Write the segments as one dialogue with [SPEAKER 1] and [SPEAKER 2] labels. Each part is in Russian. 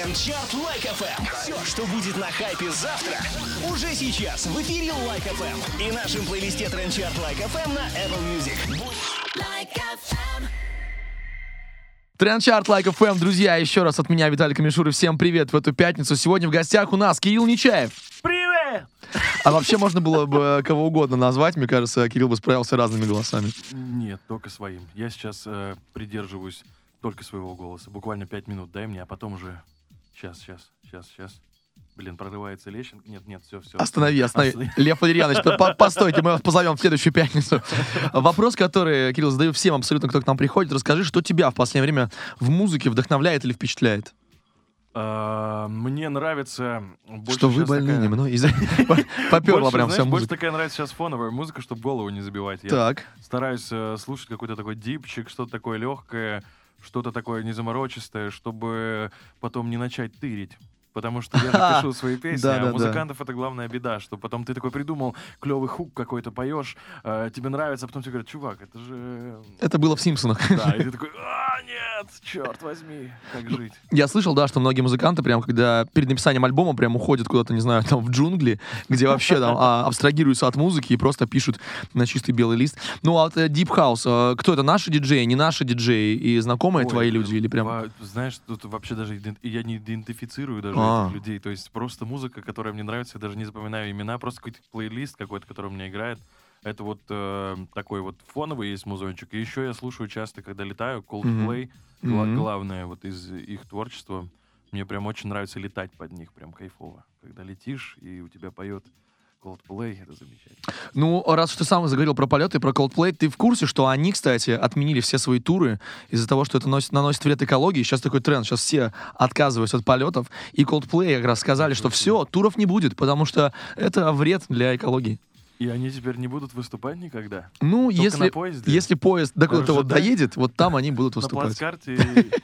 [SPEAKER 1] Тренд-чарт Like FM. Все, что будет на хайпе завтра, уже сейчас в эфире Like FM и нашем плейлисте Тренд-чарт Like FM на Apple Music. Like FM.
[SPEAKER 2] Тренд-чарт Like FM, друзья, еще раз от меня, Виталий Камишур, и всем привет в эту пятницу. Сегодня в гостях у нас Кирилл Нечаев.
[SPEAKER 3] Привет!
[SPEAKER 2] А вообще можно было бы кого угодно назвать, мне кажется, Кирилл бы справился разными голосами.
[SPEAKER 3] Нет, только своим. Я сейчас придерживаюсь только своего голоса. Буквально 5 минут дай мне, а потом уже... Сейчас. Блин, прорывается Лещенко. Нет, все.
[SPEAKER 2] Останови. Лев Валерьянович, постойте, мы вас позовем в следующую пятницу. Вопрос, который, Кирилл, задаю всем абсолютно, кто к нам приходит. Расскажи, что тебя в последнее время в музыке вдохновляет или впечатляет?
[SPEAKER 3] Мне нравится...
[SPEAKER 2] Что вы больны немного. Попёрла прям вся
[SPEAKER 3] больше
[SPEAKER 2] музыка.
[SPEAKER 3] такая нравится сейчас фоновая музыка, чтобы голову не забивать. Я
[SPEAKER 2] Так.
[SPEAKER 3] стараюсь слушать какой-то такой дипчик, что-то такое легкое, что-то такое незаморочистое, чтобы потом не начать тырить. Потому что я же пишу свои песни, а у музыкантов это главная беда, что потом ты такой придумал клевый хук какой-то, поешь, тебе нравится, а потом тебе говорят, чувак, это же...
[SPEAKER 2] Это было в «Симпсонах».
[SPEAKER 3] Да, и ты такой, нет, черт возьми, как жить?
[SPEAKER 2] Я слышал, да, что многие музыканты, прям когда перед написанием альбома прям уходят куда-то, не знаю, там в джунгли, где вообще там абстрагируются от музыки и просто пишут на чистый белый лист. Ну, а Deep House, кто это, наши диджеи, не наши диджеи и знакомые твои люди или прям...
[SPEAKER 3] Знаешь, тут вообще даже я не идентифицирую даже этих людей, то есть просто музыка, которая мне нравится, я даже не запоминаю имена, просто какой-то плейлист какой-то, который у меня играет. Это вот такой вот фоновый есть музончик. И еще я слушаю часто, когда летаю, Coldplay, главное вот из их творчества. Мне прям очень нравится летать под них, прям кайфово. Когда летишь, и у тебя поет Coldplay, это замечательно.
[SPEAKER 2] Ну, раз уж ты сам заговорил про полеты, про Coldplay, ты в курсе, что они, кстати, отменили все свои туры из-за того, что это наносит вред экологии? Сейчас такой тренд, сейчас все отказываются от полетов, и Coldplay как раз сказали, что все, туров не будет, потому что это вред для экологии.
[SPEAKER 3] И они теперь не будут выступать никогда?
[SPEAKER 2] Ну, если поезд до куда-то вот доедет, вот там они будут выступать.
[SPEAKER 3] На плацкарте...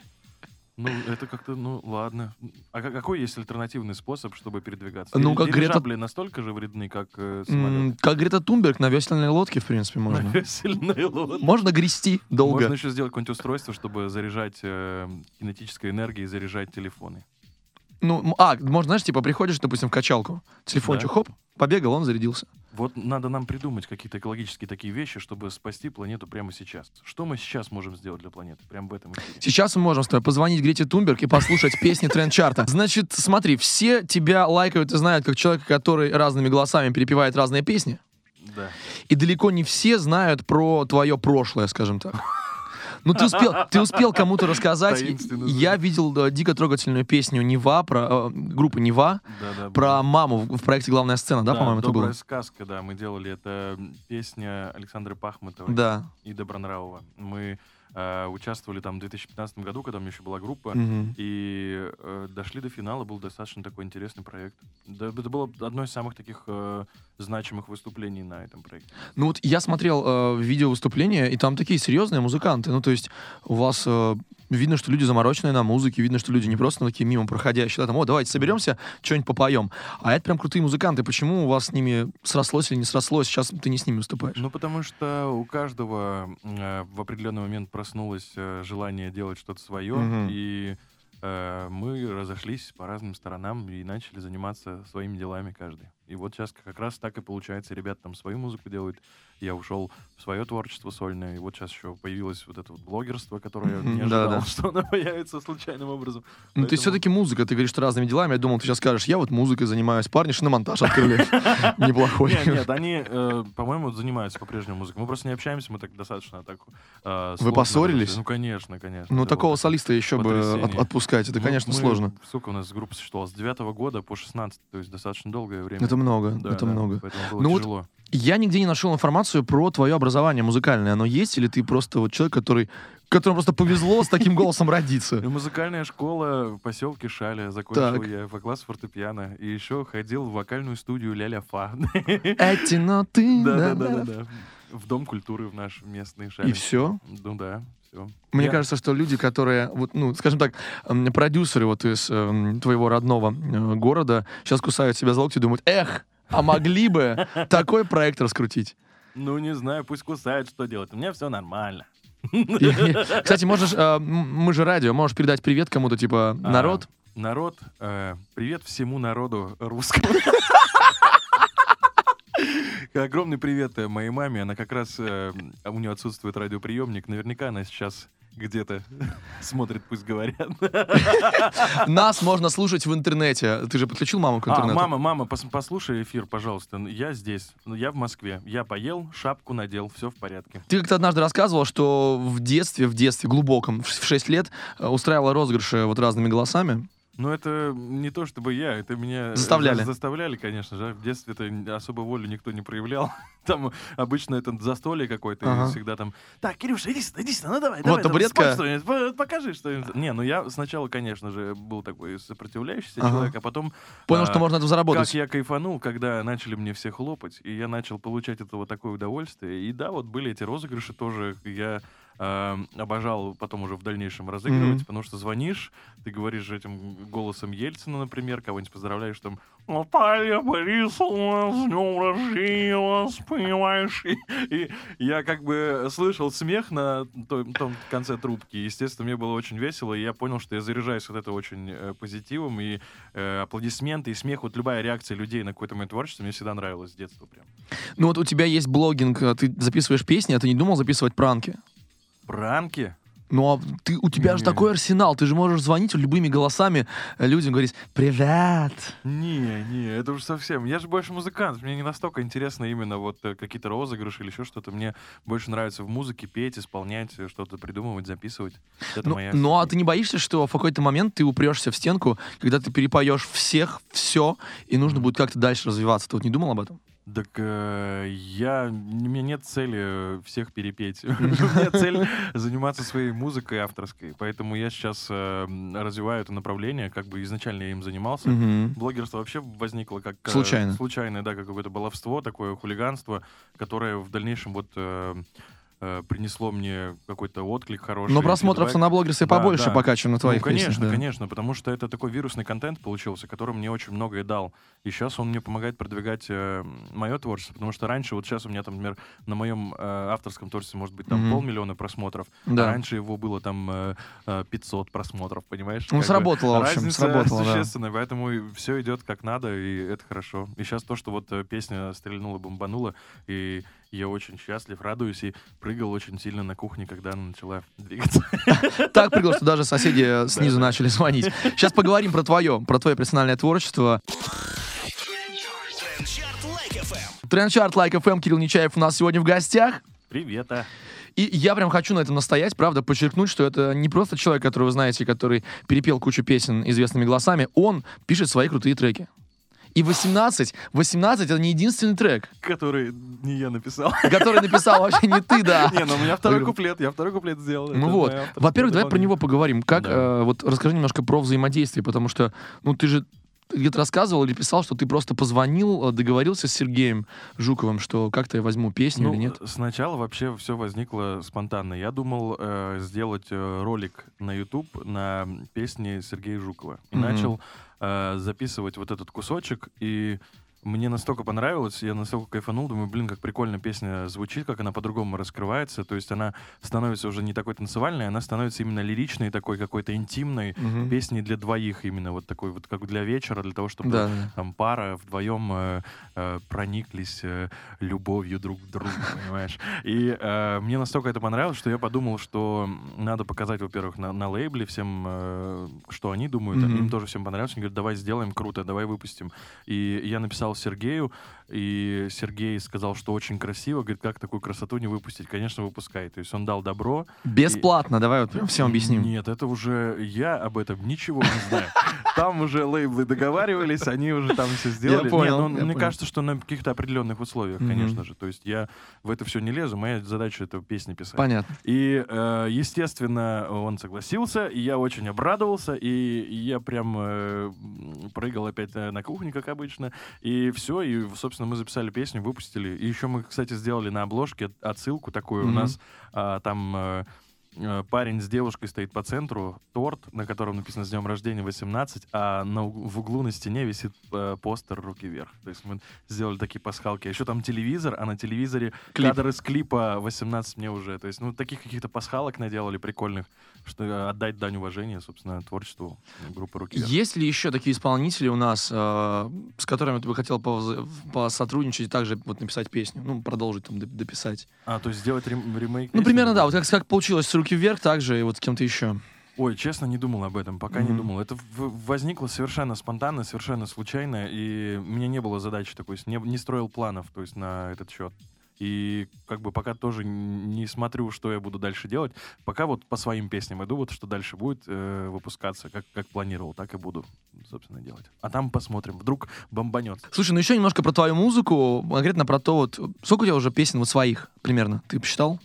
[SPEAKER 3] Ну, это как-то, ладно. А какой есть альтернативный способ, чтобы передвигаться?
[SPEAKER 2] Ну, как
[SPEAKER 3] дирижабли настолько же вредны, как самолет?
[SPEAKER 2] Как Грета Тунберг на весельной лодке, в принципе, можно.
[SPEAKER 3] На весельной лодке?
[SPEAKER 2] Можно грести долго.
[SPEAKER 3] Можно еще сделать какое-нибудь устройство, чтобы заряжать кинетической энергией, заряжать телефоны.
[SPEAKER 2] Ну, можно, знаешь, типа приходишь, допустим, в качалку, телефончик, хоп, побегал, он зарядился.
[SPEAKER 3] Вот надо нам придумать какие-то экологические такие вещи, чтобы спасти планету прямо сейчас. Что мы сейчас можем сделать для планеты? Прямо в этом эфире.
[SPEAKER 2] Сейчас мы можем с тобой позвонить Грете Тунберг и послушать песни тренд-чарта. Значит, смотри, все тебя лайкают и знают как человека, который разными голосами перепевает разные песни.
[SPEAKER 3] Да.
[SPEAKER 2] И далеко не все знают про твое прошлое, скажем так. Ну, ты успел кому-то рассказать. Я видел дико трогательную песню «Нева», группы «Нева», про маму в проекте «Главная сцена», да, по-моему, это было?
[SPEAKER 3] «Добрая сказка», да, мы делали. Это песня Александры Пахмутовой и Добронравова. Мы участвовали там в 2015 году, когда у меня еще была группа, и дошли до финала, был достаточно такой интересный проект. Это было одно из самых таких значимых выступлений на этом проекте.
[SPEAKER 2] Ну вот я смотрел видео выступления, и там такие серьезные музыканты. Ну то есть у вас видно, что люди замороченные на музыке, видно, что люди не просто такие мимо проходящие, да, там, давайте соберемся, что-нибудь попоем. А это прям крутые музыканты. Почему у вас с ними срослось или не срослось? Сейчас ты не с ними выступаешь.
[SPEAKER 3] Ну потому что у каждого в определенный момент проснулось желание делать что-то свое, и мы разошлись по разным сторонам и начали заниматься своими делами каждый. И вот сейчас как раз так и получается. Ребята там свою музыку делают. Я ушел в свое творчество сольное. И вот сейчас еще появилось вот это вот блогерство, которое я не ожидал, что оно появится случайным образом.
[SPEAKER 2] Ну, ты все-таки музыка. Ты говоришь, что разными делами. Я думал, ты сейчас скажешь, я вот музыкой занимаюсь. Парни шиномонтаж открыли. Неплохой.
[SPEAKER 3] Нет, они, по-моему, занимаются по-прежнему музыкой. Мы просто не общаемся, мы так достаточно так...
[SPEAKER 2] Вы поссорились?
[SPEAKER 3] Ну, конечно.
[SPEAKER 2] Ну, такого солиста еще бы отпускать. Это, конечно, сложно.
[SPEAKER 3] Сука, у нас группа существовала с 9-го года по 16, то есть достаточно долгое время.
[SPEAKER 2] Это много, это много.
[SPEAKER 3] Поэтому было тяжело.
[SPEAKER 2] Вот я нигде не нашел информацию про твое образование музыкальное. Оно есть, или ты просто вот человек, которому просто повезло с таким голосом родиться?
[SPEAKER 3] Музыкальная школа в поселке Шаля. Закончил я по классу фортепиано. И еще ходил в вокальную студию Ля-Ля-Фа.
[SPEAKER 2] Эти ноты.
[SPEAKER 3] Да. В Дом культуры в наш местный Шаля.
[SPEAKER 2] И все?
[SPEAKER 3] Ну да.
[SPEAKER 2] Мне кажется, что люди, которые, вот, ну, скажем так, продюсеры вот из твоего родного города, сейчас кусают себя за локти и думают, а могли бы такой проект раскрутить?
[SPEAKER 3] Ну, не знаю, пусть кусают, что делать. У меня все нормально.
[SPEAKER 2] Кстати, можешь, мы же радио, можешь передать привет кому-то, типа, народ?
[SPEAKER 3] Народ, привет всему народу русскому. Огромный привет моей маме. Она как раз, у нее отсутствует радиоприемник. Наверняка она сейчас где-то смотрит, пусть говорят.
[SPEAKER 2] Нас можно слушать в интернете. Ты же подключил маму к интернету?
[SPEAKER 3] Мама, послушай эфир, пожалуйста. Я здесь, я в Москве. Я поел, шапку надел, все в порядке.
[SPEAKER 2] Ты как-то однажды рассказывал, что в детстве глубоком, в 6 лет, устраивала розыгрыши вот разными голосами.
[SPEAKER 3] Ну, это не то чтобы я, это меня заставляли, конечно же. В детстве-то особо волю никто не проявлял. Там обычно это застолье какое-то, и всегда там: так, Кирюша, иди сюда, ну давай,
[SPEAKER 2] вот табуретка.
[SPEAKER 3] что-нибудь, покажи что-нибудь. Не, ну я сначала, конечно же, был такой сопротивляющийся человек, а потом...
[SPEAKER 2] Понял, что можно это заработать.
[SPEAKER 3] Как я кайфанул, когда начали мне все хлопать, и я начал получать от этого такое удовольствие. И да, вот были эти розыгрыши тоже, я... обожал потом уже в дальнейшем разыгрывать, потому что звонишь, ты говоришь этим голосом Ельцина, например, кого-нибудь поздравляешь, там: Наталья Борисовна, с днем рождения вас, понимаешь? И я как бы слышал смех на том конце трубки, естественно, мне было очень весело, и я понял, что я заряжаюсь вот это очень позитивом, и аплодисменты, и смех, вот любая реакция людей на какое-то мое творчество мне всегда нравилось с детства прям.
[SPEAKER 2] Ну вот у тебя есть блогинг, ты записываешь песни, а ты не думал записывать пранки?
[SPEAKER 3] Пранки?
[SPEAKER 2] Ну, а у тебя же такой арсенал, ты же можешь звонить любыми голосами людям, говорить: «Привет!»
[SPEAKER 3] Не, это уже совсем. Я же больше музыкант, мне не настолько интересно именно вот какие-то розыгрыши или еще что-то. Мне больше нравится в музыке петь, исполнять, что-то придумывать, записывать. Это моя...
[SPEAKER 2] Ну, а ты не боишься, что в какой-то момент ты упрешься в стенку, когда ты перепоешь всех, все, и нужно будет как-то дальше развиваться? Ты вот не думал об этом?
[SPEAKER 3] Так у меня нет цели всех перепеть. У меня цель заниматься своей музыкой авторской. Поэтому я сейчас развиваю это направление. Как бы изначально я им занимался. Блогерство вообще возникло как случайное, да, как какое-то баловство, такое хулиганство, которое в дальнейшем вот принесло мне какой-то отклик хороший.
[SPEAKER 2] Но просмотров на блогерстве побольше пока, чем на твоих песнях.
[SPEAKER 3] Конечно, потому что это такой вирусный контент получился, который мне очень многое дал. И сейчас он мне помогает продвигать мое творчество, потому что раньше, вот сейчас у меня там, например, на моем авторском творчестве может быть там 500 000 просмотров, а раньше его было там 500 просмотров, понимаешь?
[SPEAKER 2] Ну, сработало, в общем, сработало,
[SPEAKER 3] существенно, поэтому все идет как надо, и это хорошо. И сейчас то, что вот песня стрельнула, бомбанула, и я очень счастлив, радуюсь, и прыгал очень сильно на кухне, когда она начала двигаться.
[SPEAKER 2] Так прыгал, что даже соседи снизу начали звонить. Сейчас поговорим про твое персональное творчество. Трендчарт Like FM, Кирилл Нечаев у нас сегодня в гостях.
[SPEAKER 3] Привет.
[SPEAKER 2] И я прям хочу на этом настоять, правда, подчеркнуть, что это не просто человек, которого вы знаете, который перепел кучу песен известными голосами, он пишет свои крутые треки. И 18 это не единственный трек.
[SPEAKER 3] Который не я написал.
[SPEAKER 2] Который написал вообще не ты, да.
[SPEAKER 3] Не, ну у меня второй куплет сделал.
[SPEAKER 2] Ну вот. Во-первых, давай про него поговорим. Как, вот расскажи немножко про взаимодействие, потому что, ну ты же где-то рассказывал или писал, что ты просто позвонил, договорился с Сергеем Жуковым, что как-то я возьму песню или нет?
[SPEAKER 3] Сначала вообще все возникло спонтанно. Я думал сделать ролик на YouTube на песни Сергея Жукова. И начал записывать вот этот кусочек, и мне настолько понравилось, я настолько кайфанул, думаю, блин, как прикольно песня звучит, как она по-другому раскрывается, то есть она становится уже не такой танцевальной, она становится именно лиричной, такой какой-то интимной, песней для двоих именно, вот такой вот, как для вечера, для того, чтобы там пара вдвоем прониклись любовью друг к другу, понимаешь? И мне настолько это понравилось, что я подумал, что надо показать, во-первых, на лейбле всем, что они думают, им тоже всем понравилось, они говорят, давай сделаем, круто, давай выпустим. И я написал Сергею, и Сергей сказал, что очень красиво, говорит, как такую красоту не выпустить? Конечно, выпускай. То есть он дал добро.
[SPEAKER 2] Бесплатно, давай вот прям всем объясним.
[SPEAKER 3] Нет, это уже я об этом ничего не знаю. Там уже лейблы договаривались, они уже там все сделали.
[SPEAKER 2] Я понял.
[SPEAKER 3] Мне кажется, что на каких-то определенных условиях, конечно же. То есть я в это все не лезу, моя задача — это песни писать.
[SPEAKER 2] Понятно.
[SPEAKER 3] И, естественно, он согласился, и я очень обрадовался, и я прям прыгал опять на кухне, как обычно, и все, и, собственно, мы записали песню, выпустили. И еще мы, кстати, сделали на обложке отсылку такую. У нас там парень с девушкой стоит по центру, торт, на котором написано «С днем рождения 18», а в углу на стене висит постер «Руки вверх». То есть мы сделали такие пасхалки. Еще там телевизор, а на телевизоре кадр из клипа «18 мне уже». То есть, таких каких-то пасхалок наделали прикольных, что отдать дань уважения, собственно, творчеству группы «Руки вверх».
[SPEAKER 2] Есть ли еще такие исполнители у нас, с которыми ты бы хотел посотрудничать и также вот написать песню? Продолжить там дописать.
[SPEAKER 3] То есть сделать ремейк?
[SPEAKER 2] Примерно, да. Вот как получилось с «Руки вверх», так же и вот с кем-то еще.
[SPEAKER 3] Ой, честно, не думал об этом, пока не думал. Это возникло совершенно спонтанно, совершенно случайно, и у меня не было задачи такой, не строил планов, то есть на этот счет. И пока тоже не смотрю, что я буду дальше делать, пока вот по своим песням иду, вот что дальше будет выпускаться, как планировал, так и буду, собственно, делать. А там посмотрим, вдруг бомбанет.
[SPEAKER 2] Слушай, еще немножко про твою музыку, конкретно про то, вот сколько у тебя уже песен вот своих примерно, ты посчитал?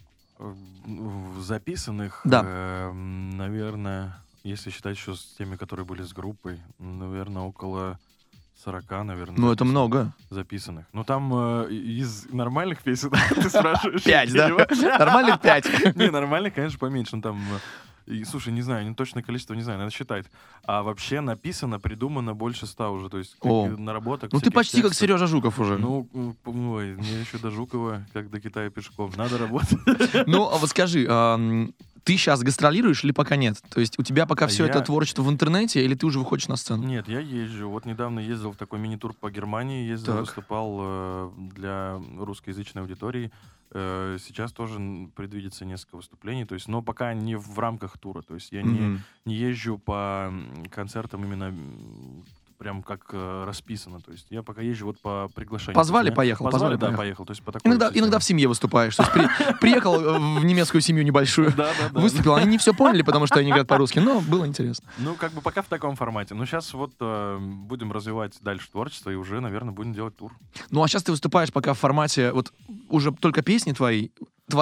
[SPEAKER 3] Записанных,
[SPEAKER 2] да.
[SPEAKER 3] Наверное, если считать еще с теми, которые были с группой, наверное, около 40, наверное.
[SPEAKER 2] Это много.
[SPEAKER 3] Записанных. Там из нормальных песен ты спрашиваешь.
[SPEAKER 2] 5, да? Нормальных 5.
[SPEAKER 3] Не, нормальных, конечно, поменьше. Слушай, не знаю, точное количество не знаю, надо считать. А вообще написано, придумано больше 100 уже, то есть наработок.
[SPEAKER 2] Ты почти как Сережа Жуков уже.
[SPEAKER 3] Мне еще до Жукова, как до Китая пешком. Надо работать.
[SPEAKER 2] А вот скажи, ты сейчас гастролируешь или пока нет? То есть у тебя пока все это творчество в интернете, или ты уже выходишь на сцену?
[SPEAKER 3] Нет, я езжу. Вот недавно ездил в такой мини-тур по Германии, выступал для русскоязычной аудитории. Сейчас тоже предвидится несколько выступлений, то есть, но пока не в рамках тура. То есть я не езжу по концертам именно прям как расписано. То есть я пока езжу вот по приглашению.
[SPEAKER 2] Позвали, поехал.
[SPEAKER 3] Позвали, поехал. То есть по такой
[SPEAKER 2] иногда в семье выступаешь. То есть приехал в немецкую семью небольшую, выступил. Они не все поняли, потому что они говорят по-русски, но было интересно.
[SPEAKER 3] Пока в таком формате. Но сейчас вот будем развивать дальше творчество и уже, наверное, будем делать тур.
[SPEAKER 2] А сейчас ты выступаешь пока в формате вот уже только песни твои,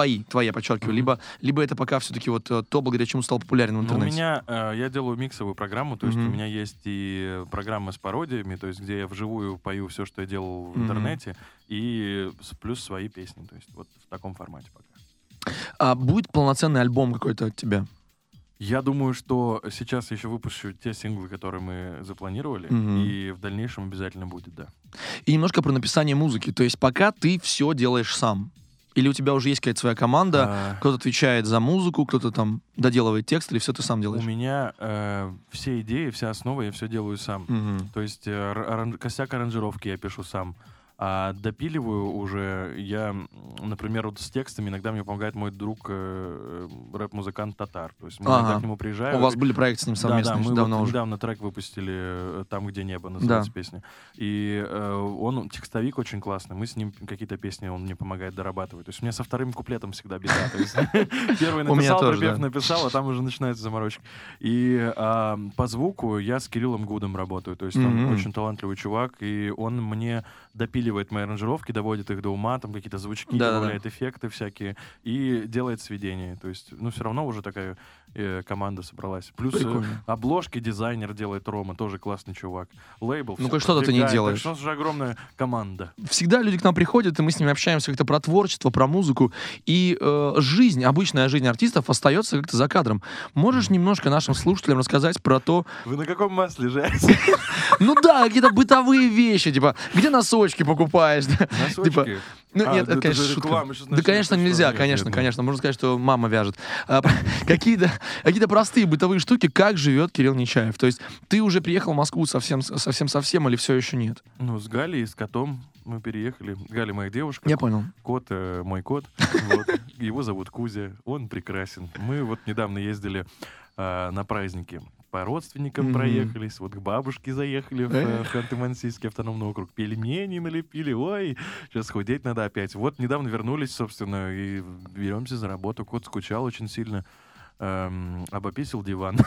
[SPEAKER 2] я подчеркиваю, либо это пока все-таки вот то, благодаря чему стал популярен в интернете?
[SPEAKER 3] Я делаю миксовую программу, то есть у меня есть и программа с пародиями, то есть где я вживую пою все, что я делал в интернете, и плюс свои песни, то есть вот в таком формате пока.
[SPEAKER 2] А будет полноценный альбом какой-то от тебя?
[SPEAKER 3] Я думаю, что сейчас еще выпущу те синглы, которые мы запланировали, и в дальнейшем обязательно будет, да.
[SPEAKER 2] И немножко про написание музыки, то есть пока ты все делаешь сам? Или у тебя уже есть какая-то своя команда, кто-то отвечает за музыку, кто-то там доделывает текст, или все ты сам делаешь?
[SPEAKER 3] У меня все идеи, вся основа, я все делаю сам. То есть косяк аранжировки я пишу сам. А допиливаю уже я, например, вот с текстами иногда мне помогает мой друг, рэп-музыкант Татар. То есть мы иногда к нему приезжаем.
[SPEAKER 2] У вас были проекты с ним совместные?
[SPEAKER 3] Да, мы недавно трек выпустили «Там, где небо», называется песня. И он текстовик очень классный. Мы с ним какие-то песни, он мне помогает дорабатывать. То есть у меня со вторым куплетом всегда беда. Первый написал, припев написал, а там уже начинается заморочка. И по звуку я с Кириллом Гудом работаю. То есть он очень талантливый чувак, и он мне допиливает мои аранжировки, доводит их до ума, там какие-то звучки, добавляет эффекты всякие и делает сведения. То есть, все равно уже такая команда собралась. Плюс обложки дизайнер делает Рома, тоже классный чувак. Лейбл.
[SPEAKER 2] Хоть что-то ты не делаешь.
[SPEAKER 3] Так что же огромная команда.
[SPEAKER 2] Всегда люди к нам приходят, и мы с ними общаемся как-то про творчество, про музыку. И обычная жизнь артистов остается как-то за кадром. Можешь немножко нашим слушателям рассказать про то...
[SPEAKER 3] Вы на каком масле жарите?
[SPEAKER 2] Какие-то бытовые вещи, типа, где носочки покупаешь?
[SPEAKER 3] Носочки?
[SPEAKER 2] Нет, это, конечно, шутка. Да, конечно, нельзя, конечно. Можно сказать, что мама вяжет. Какие-то простые бытовые штуки, как живет Кирилл Нечаев. То есть ты уже приехал в Москву совсем или все еще нет?
[SPEAKER 3] С Галей и с котом мы переехали. Галя моя девушка.
[SPEAKER 2] Я понял.
[SPEAKER 3] Кот мой кот. Его зовут Кузя. Он прекрасен. Мы вот недавно ездили на праздники. По родственникам проехались, вот к бабушке заехали в Ханты-Мансийский автономный округ, пельмени налепили, ой, сейчас худеть надо опять. Вот недавно вернулись, собственно, и беремся за работу. Кот скучал очень сильно, обописил диван.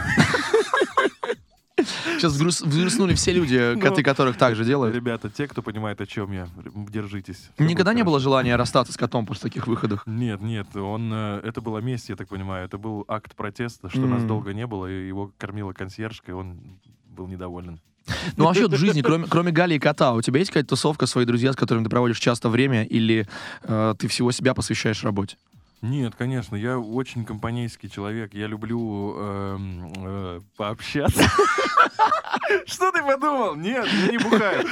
[SPEAKER 2] Сейчас взгрустнули все люди, коты которых так же делают.
[SPEAKER 3] Ребята, те, кто понимает, о чем я, держитесь.
[SPEAKER 2] Никогда не было желания расстаться с котом после таких выходов?
[SPEAKER 3] Нет, это была месть, я так понимаю. Это был акт протеста, что нас долго не было, и его кормила консьержка, и он был недоволен.
[SPEAKER 2] Вообще в жизни, кроме Гали и кота, у тебя есть какая-то тусовка, свои друзья, с которыми ты проводишь часто время, или ты всего себя посвящаешь работе?
[SPEAKER 3] Нет, конечно, я очень компанейский человек. Я люблю пообщаться. Что ты подумал? Нет, я не бухаю.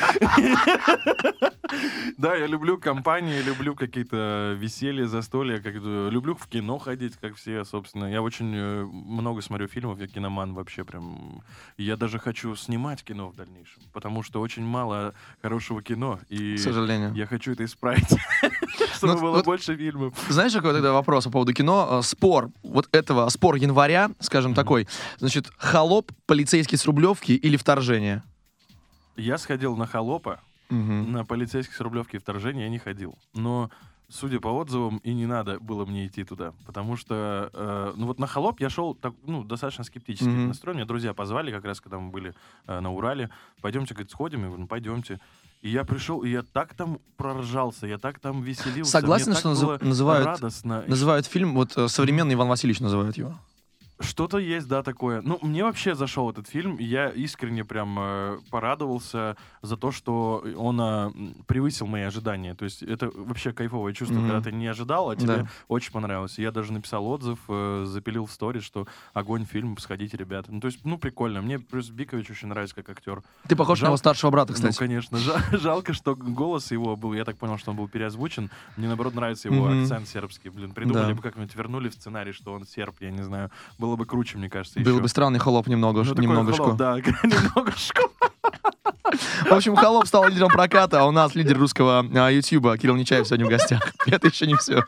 [SPEAKER 3] Да, я люблю компании, люблю какие-то веселья, застолья, люблю в кино ходить, как все, собственно. Я очень много смотрю фильмов, я киноман вообще прям. Я даже хочу снимать кино в дальнейшем, потому что очень мало хорошего кино, и
[SPEAKER 2] К сожалению.
[SPEAKER 3] я хочу это исправить, чтобы было больше фильмов.
[SPEAKER 2] Знаешь, какой тогда вопрос по поводу кино? Спор спор января, скажем, такой. Значит, «Холоп», «Полицейский с Рублевки» или «Вторжение»?
[SPEAKER 3] Я сходил на «Холопа», на «Полицейский с Рублевки» и «Вторжение» я не ходил. Но, судя по отзывам, и не надо было мне идти туда. Потому что, на «Холоп» я шел достаточно скептически настроен. Меня друзья позвали, как раз когда мы были на Урале. Пойдемте, говорит, сходим. Я говорю, пойдемте. И я пришел, и я так там проржался, я так там веселился.
[SPEAKER 2] Согласен,
[SPEAKER 3] мне
[SPEAKER 2] что
[SPEAKER 3] так было радостно.
[SPEAKER 2] называют фильм, современный Иван Васильевич называет его.
[SPEAKER 3] Что-то есть, да, такое. Мне вообще зашел этот фильм, и я искренне прям порадовался за то, что он превысил мои ожидания. То есть это вообще кайфовое чувство, когда ты не ожидал, а тебе очень понравилось. Я даже написал отзыв, запилил в сторис, что огонь фильм, сходите, ребята. То есть, прикольно. Мне плюс Бикович очень нравится как актер.
[SPEAKER 2] Ты похож на его старшего брата, кстати.
[SPEAKER 3] Ну, конечно. Жалко, что голос его был, я так понял, что он был переозвучен. Мне, наоборот, нравится его акцент сербский. Придумали бы как-нибудь, вернули в сценарий, что он серб, я не знаю. Было бы круче, мне кажется,
[SPEAKER 2] Был бы странный «Холоп» немногожко.
[SPEAKER 3] Холоп, да, немножко.
[SPEAKER 2] В общем, «Холоп» стал лидером проката, а у нас лидер русского Ютьюба Кирилл Нечаев сегодня в гостях. Это еще не все.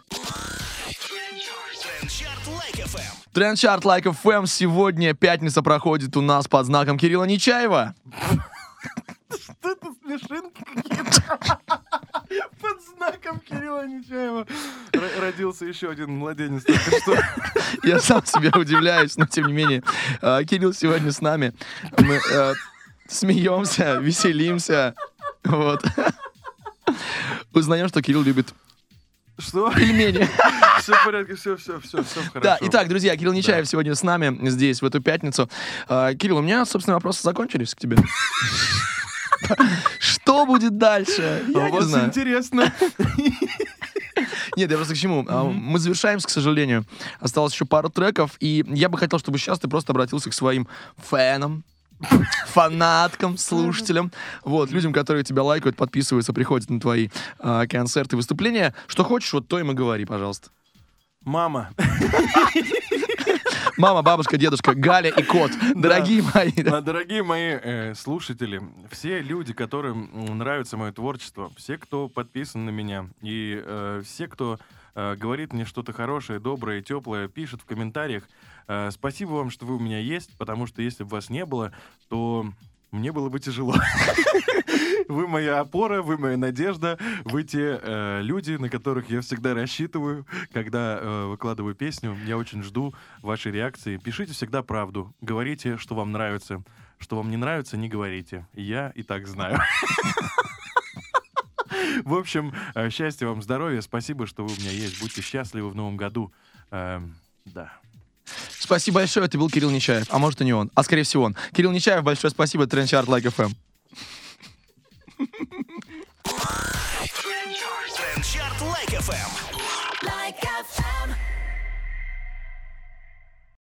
[SPEAKER 2] Трендчарт Like FM. Сегодня пятница проходит у нас под знаком Кирилла Нечаева.
[SPEAKER 3] Что это, смешинки какие-то? Под знаком Кирилла Нечаева родился еще один младенец.
[SPEAKER 2] Я сам себе удивляюсь, но тем не менее. Кирилл сегодня с нами. Мы смеемся, веселимся. Вот. Узнаем, что Кирилл любит
[SPEAKER 3] что?
[SPEAKER 2] Пельмени.
[SPEAKER 3] Все в порядке, все хорошо.
[SPEAKER 2] Да, итак, друзья, Кирилл Нечаев сегодня с нами здесь, в эту пятницу. Кирилл, у меня, собственно, вопросы закончились к тебе. Что будет дальше? Я не знаю.
[SPEAKER 3] Интересно.
[SPEAKER 2] Нет, я просто к чему. Мы завершаемся, к сожалению. Осталось еще пару треков, и я бы хотел, чтобы сейчас ты просто обратился к своим фанам, фанаткам, слушателям, людям, которые тебя лайкают, подписываются, приходят на твои концерты, выступления. Что хочешь, то им и говори, пожалуйста.
[SPEAKER 3] Мама.
[SPEAKER 2] Мама, бабушка, дедушка, Галя и кот. Дорогие мои.
[SPEAKER 3] Дорогие мои слушатели, все люди, которым нравится мое творчество, все, кто подписан на меня, и все, кто говорит мне что-то хорошее, доброе, теплое, пишет в комментариях, спасибо вам, что вы у меня есть, потому что если бы вас не было, то мне было бы тяжело. Вы моя опора, вы моя надежда, вы те люди, на которых я всегда рассчитываю, когда выкладываю песню. Я очень жду вашей реакции. Пишите всегда правду. Говорите, что вам нравится. Что вам не нравится, не говорите. Я и так знаю. В общем, счастья вам, здоровья. Спасибо, что вы у меня есть. Будьте счастливы в новом году. Да.
[SPEAKER 2] Спасибо большое, это был Кирилл Нечаев. А может и не он, а скорее всего он. Кирилл Нечаев, большое спасибо. Трендчарт Like FM.
[SPEAKER 1] Трендчарт Like FM. Like FM.